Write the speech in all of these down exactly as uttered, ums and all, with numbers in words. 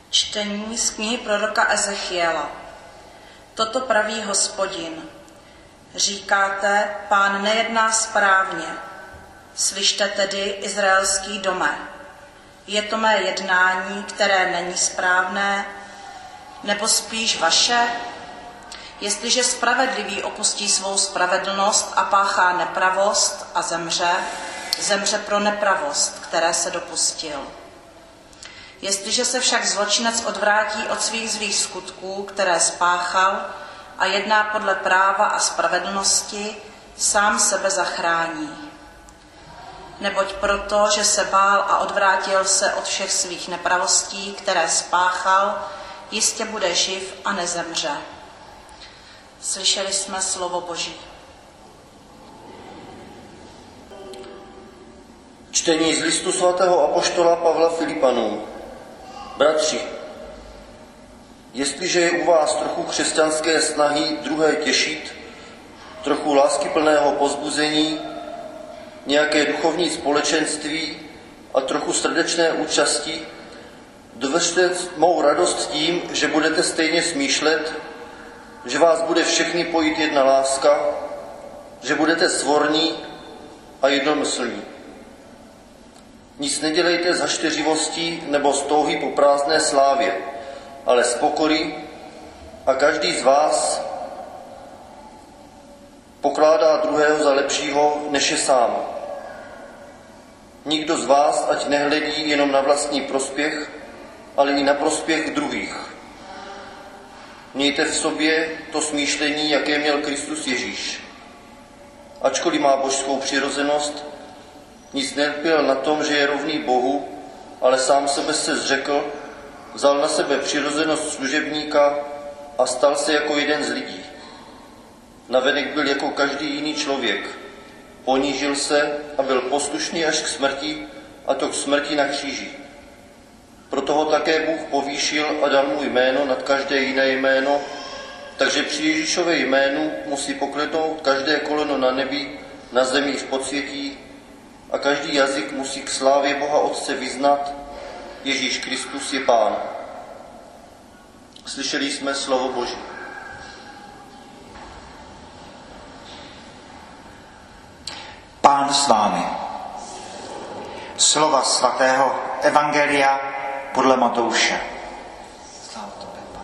Čtení z knihy proroka Ezechiela. Toto praví Hospodin. Říkáte, Pán nejedná správně. Slyšte tedy, izraelský dome. Je to mé jednání, které není správné, nebo spíš vaše? Jestliže spravedlivý opustí svou spravedlnost a páchá nepravost a zemře, zemře pro nepravost, které se dopustil. Jestliže se však zločinec odvrátí od svých zlých skutků, které spáchal, a jedná podle práva a spravedlnosti, sám sebe zachrání. Neboť proto, že se bál a odvrátil se od všech svých nepravostí, které spáchal, jistě bude živ a nezemře. Slyšeli jsme slovo Boží. Čtení z listu svatého apoštola Pavla Filipanům. Bratři, jestliže je u vás trochu křesťanské snahy druhé těšit, trochu láskyplného povzbuzení, nějaké duchovní společenství a trochu srdečné účasti, doveřte mou radost tím, že budete stejně smýšlet, že vás bude všechny pojít jedna láska, že budete svorní a jednomyslní. Nic nedělejte z hašteřivosti nebo z touhy po prázdné slávě, ale z pokory, a každý z vás pokládá druhého za lepšího, než je sám. Nikdo z vás ať nehledí jenom na vlastní prospěch, ale i na prospěch druhých. Mějte v sobě to smýšlení, jaké měl Kristus Ježíš. Ačkoliv má božskou přirozenost, nic nelpěl na tom, že je rovný Bohu, ale sám sebe se zřekl, vzal na sebe přirozenost služebníka a stal se jako jeden z lidí. Navenek byl jako každý jiný člověk. Ponížil se a byl poslušný až k smrti, a to k smrti na kříži. Proto ho také Bůh povýšil a dal mu jméno nad každé jiné jméno, takže při Ježíšově jménu musí pokleknout každé koleno na nebi, na zemi v podsvětí, a každý jazyk musí k slávě Boha Otce vyznat, Ježíš Kristus je Pán. Slyšeli jsme slovo Boží. Pán s vámi. Slova svatého Evangelia podle Matouše. Sláva tobě, Pane.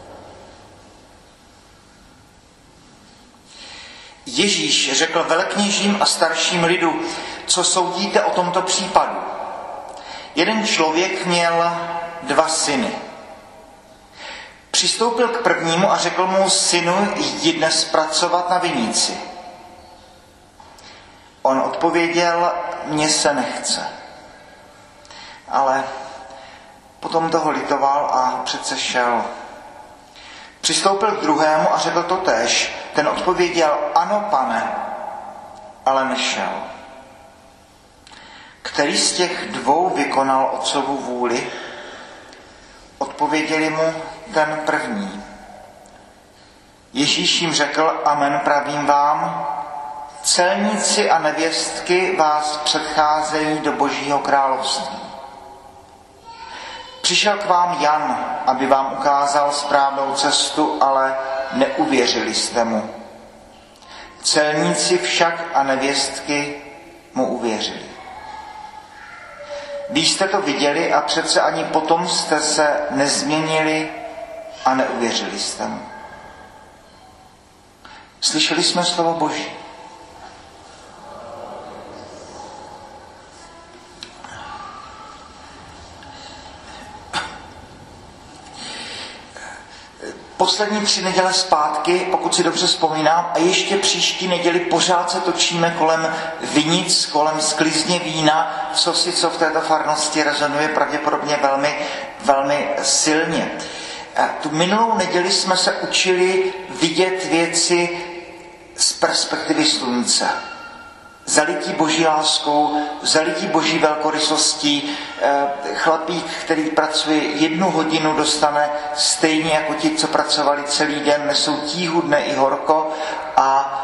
Ježíš řekl velekněžím a starším lidu, co soudíte o tomto případu. Jeden člověk měl dva syny. Přistoupil k prvnímu a řekl mu: synu, jdi dnes pracovat na viníci. On odpověděl: mně se nechce. Ale potom toho litoval a přece šel. Přistoupil k druhému a řekl totéž. Ten odpověděl: ano, pane, ale nešel. Který z těch dvou vykonal otcovu vůli? Odpověděli mu: ten první. Ježíš jim řekl: amen, pravím vám, celníci a nevěstky vás předcházejí do Božího království. Přišel k vám Jan, aby vám ukázal správnou cestu, ale neuvěřili jste mu. Celníci však a nevěstky mu uvěřili. Vy jste to viděli a přece ani potom jste se nezměnili a neuvěřili jste mu. Slyšeli jsme slovo Boží. Poslední tři neděle zpátky, pokud si dobře vzpomínám, a ještě příští neděli pořád se točíme kolem vinic, kolem sklizně vína, co si co v této farnosti rezonuje pravděpodobně velmi, velmi silně. A tu minulou neděli jsme se učili vidět věci z perspektivy slunce. Zalití Boží láskou, zalití Boží velkorysostí. Chlapík, který pracuje jednu hodinu, dostane stejně jako ti, co pracovali celý den, nesou tíhu dne i horko, a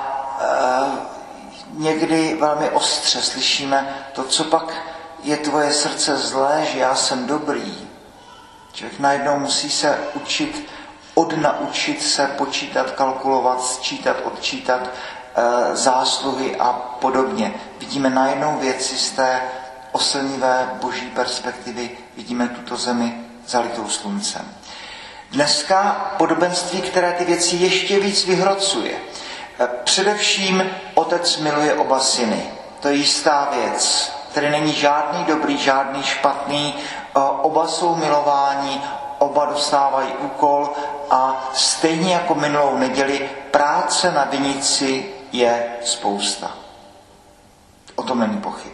někdy velmi ostře slyšíme to, co pak je tvoje srdce zlé, že já jsem dobrý. Člověk najednou musí se učit, odnaučit se počítat, kalkulovat, sčítat, odčítat e, zásluhy a podobně. Vidíme najednou věci z té oslnivé boží perspektivy, vidíme tuto zemi zalitou sluncem. Dneska podobenství, které ty věci ještě víc vyhrocuje. E, především otec miluje oba syny. To je jistá věc. Tady není žádný dobrý, žádný špatný. E, oba jsou milováni, oba dostávají úkol a stejně jako minulou neděli práce na vinici je spousta. O tom není pochyb.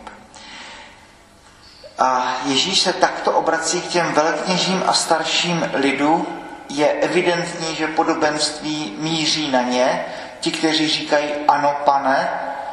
A Ježíš se takto obrací k těm velekněžím a starším lidu. Je evidentní, že podobenství míří na ně. Ti, kteří říkají ano, pane.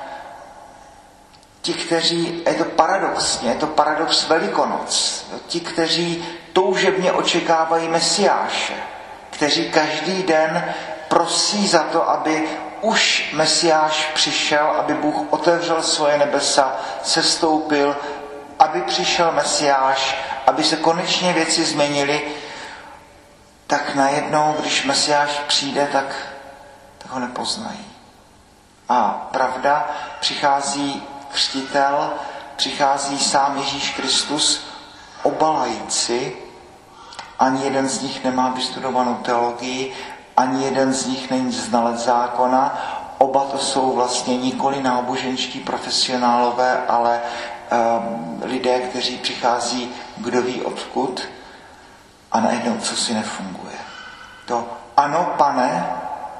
Ti, kteří, je to paradoxně, je to paradox Velikonoc. Ti, kteří toužebně očekávají Mesiáše. Kteří každý den prosí za to, aby už Mesiáš přišel, aby Bůh otevřel svoje nebesa, sestoupil, aby přišel Mesiáš, aby se konečně věci změnily, tak najednou, když Mesiáš přijde, tak, tak ho nepoznají. A pravda, přichází křtitel, přichází sám Ježíš Kristus, oba laici, ani jeden z nich nemá vystudovanou teologii, ani jeden z nich není znalec zákona, oba to jsou vlastně nikoli náboženští profesionálové, ale um, lidé, kteří přichází kdo ví odkud a najednou co si nefunguje. To ano, pane,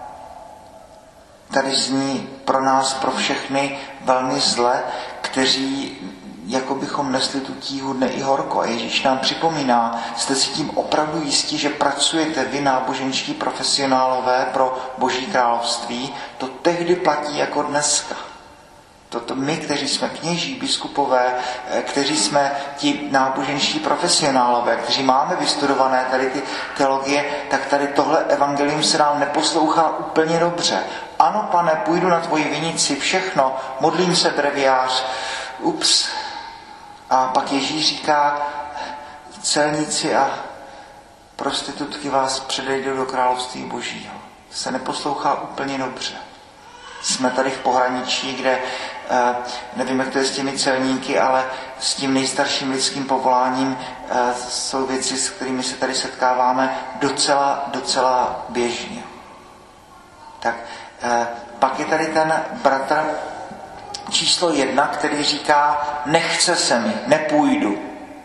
tady zní pro nás, pro všechny velmi zle, kteří jako bychom nesli tu tíhu dne i horko. A Ježíš nám připomíná, jste si tím opravdu jistí, že pracujete vy, náboženští profesionálové, pro Boží království. To tehdy platí jako dneska. Toto my, kteří jsme kněží, biskupové, kteří jsme ti náboženští profesionálové, kteří máme vystudované tady ty teologie, tak tady tohle evangelium se nám neposlouchá úplně dobře. Ano, pane, půjdu na tvoji vinici, všechno, modlím se breviář, ups. A pak Ježíš říká, celníci a prostitutky vás předejdou do království Božího. Se neposlouchá úplně dobře. Jsme tady v pohraničí, kde nevím, jak to je s těmi celníky, ale s tím nejstarším lidským povoláním jsou věci, s kterými se tady setkáváme docela, docela běžně. Tak pak je tady ten bratr číslo jedna, který říká, nechce se mi, nepůjdu.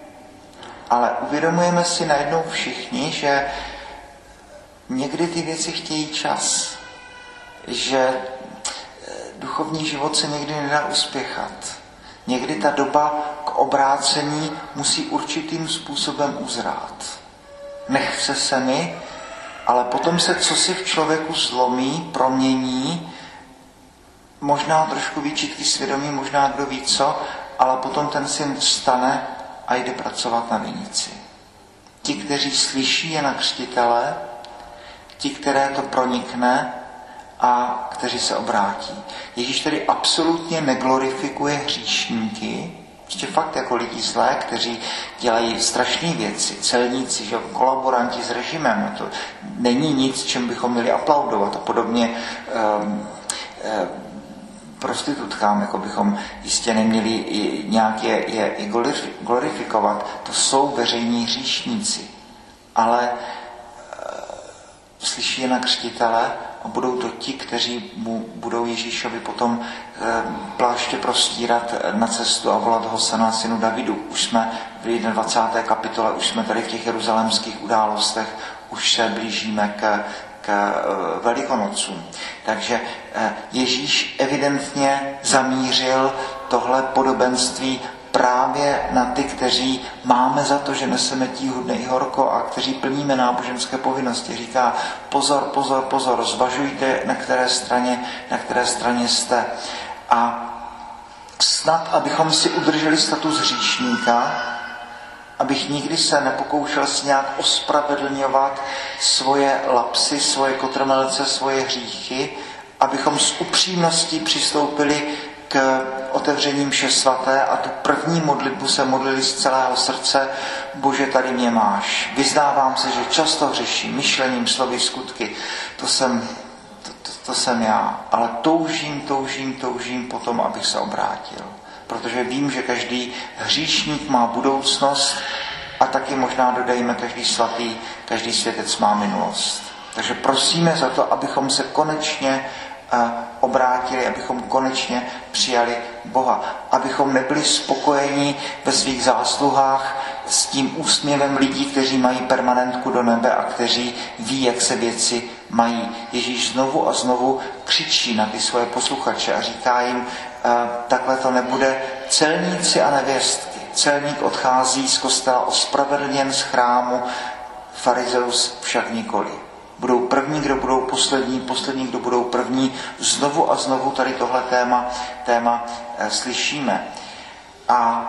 Ale uvědomujeme si najednou všichni, že někdy ty věci chtějí čas. Že duchovní život se někdy nedá uspěchat. Někdy ta doba k obrácení musí určitým způsobem uzrát. Nechce se mi, ale potom se cosi v člověku zlomí, promění, možná trošku výčitky svědomí, možná kdo ví co, ale potom ten syn vstane a jde pracovat na vinici. Ti, kteří slyší Jana Křtitele, ti, které to pronikne a kteří se obrátí. Ježíš tedy absolutně neglorifikuje hříšníky, ještě fakt jako lidi zlé, kteří dělají strašné věci, celníci, že kolaboranti s režimem, to není nic, čem bychom měli aplaudovat a podobně um, um, prostitutkám, jako bychom jistě neměli i nějak je, je, je glorifikovat. To jsou veřejní hříšníci. Ale e, slyší Jana Křtitele a budou to ti, kteří mu budou Ježíšovi potom e, pláště prostírat na cestu a volat Hosana, synu Davidu. Už jsme v dvacáté kapitole, už jsme tady v těch jeruzalémských událostech, už se blížíme k k Velikonocům. Takže Ježíš evidentně zamířil tohle podobenství právě na ty, kteří máme za to, že neseme tíhu dne i horko a kteří plníme náboženské povinnosti. Říká pozor, pozor, pozor, zvažujte, na které straně, na které straně jste. A snad, abychom si udrželi status hříšníka, abych nikdy se nepokoušel si nějak ospravedlňovat svoje lapsy, svoje kotrmelce, svoje hříchy, abychom s upřímností přistoupili k otevření mše svaté a tu první modlitbu se modlili z celého srdce. Bože, tady mě máš. Vyznávám se, že často hřeším myšlením, slovy, skutky. To jsem, to, to, to jsem já. Ale toužím, toužím, toužím potom, abych se obrátil. Protože vím, že každý hříšník má budoucnost a taky možná dodejme každý svatý, každý světec má minulost. Takže prosíme za to, abychom se konečně obrátili, abychom konečně přijali Boha. Abychom nebyli spokojeni ve svých zásluhách s tím úsměvem lidí, kteří mají permanentku do nebe a kteří ví, jak se věci mají. Ježíš znovu a znovu křičí na ty svoje posluchače a říká jim, takhle to nebude. Celníci a nevěstky. Celník odchází z kostela ospravedlněn z chrámu, farizeus však nikoli. Budou první, kdo budou poslední, poslední, kdo budou první. Znovu a znovu tady tohle téma, téma e, slyšíme. A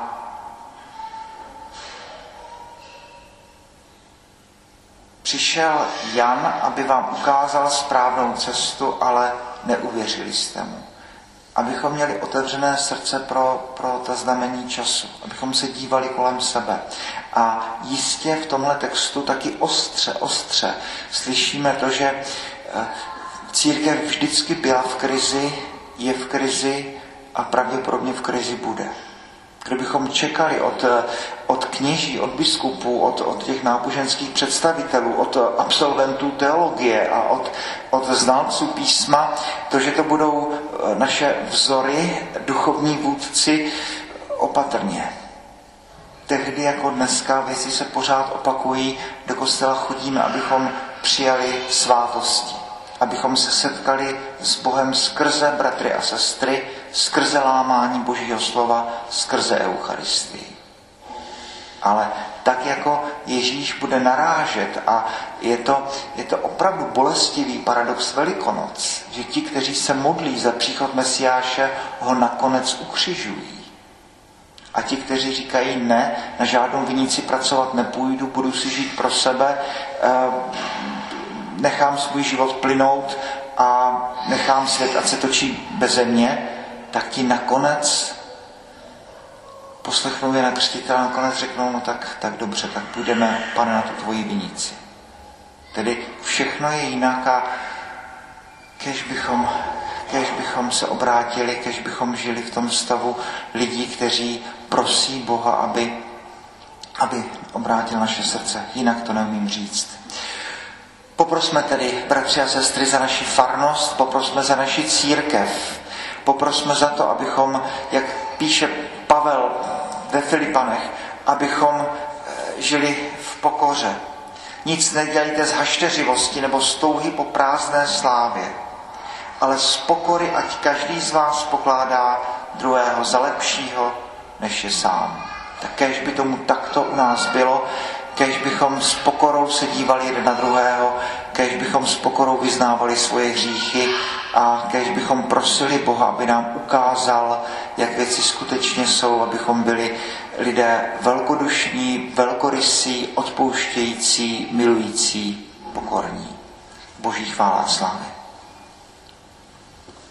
přišel Jan, aby vám ukázal správnou cestu, ale neuvěřili jste mu. Abychom měli otevřené srdce pro, pro ta znamení času, abychom se dívali kolem sebe. A jistě v tomhle textu taky ostře, ostře slyšíme to, že církev vždycky byla v krizi, je v krizi a pravděpodobně v krizi bude. Kdybychom čekali od, od kněží, od biskupů, od, od těch náboženských představitelů, od absolventů teologie a od, od znalců písma, to, že to budou naše vzory, duchovní vůdci, opatrně. Tehdy jako dneska věci se pořád opakují, do kostela chodíme, abychom přijali svátosti, abychom se setkali s Bohem skrze bratry a sestry, skrze lámání Božího slova, skrze Eucharistii. Ale tak jako Ježíš bude narážet a je to, je to opravdu bolestivý paradox Velikonoc, že ti, kteří se modlí za příchod Mesiáše, ho nakonec ukřižují. A ti, kteří říkají ne, na žádnou vinici pracovat nepůjdu, budu si žít pro sebe, nechám svůj život plynout a nechám svět, ať se točí beze mě, tak ti nakonec poslechnou je na křtitele a nakonec řeknou, no tak, tak dobře, tak půjdeme, Pane, na tu tvoji vinici. Tedy všechno je jinak a kež bychom, kež bychom se obrátili, kež bychom žili v tom stavu lidí, kteří prosí Boha, aby, aby obrátil naše srdce. Jinak to neumím říct. Poprosme tedy, bratři a sestry, za naši farnost, poprosme za naši církev, poprosme za to, abychom, jak píše Pavel ve Filipanech, abychom žili v pokoře. Nic nedělejte z hašteřivosti nebo z touhy po prázdné slávě, ale z pokory, ať každý z vás pokládá druhého za lepšího, než je sám. Tak kéž by tomu takto u nás bylo, kéž bychom s pokorou se dívali jeden na druhého, kéž bychom s pokorou vyznávali svoje hříchy a kéž bychom prosili Boha, aby nám ukázal, jak věci skutečně jsou, abychom byli lidé velkodušní, velkorysí, odpouštějící, milující, pokorní. Boží chvála a slávy.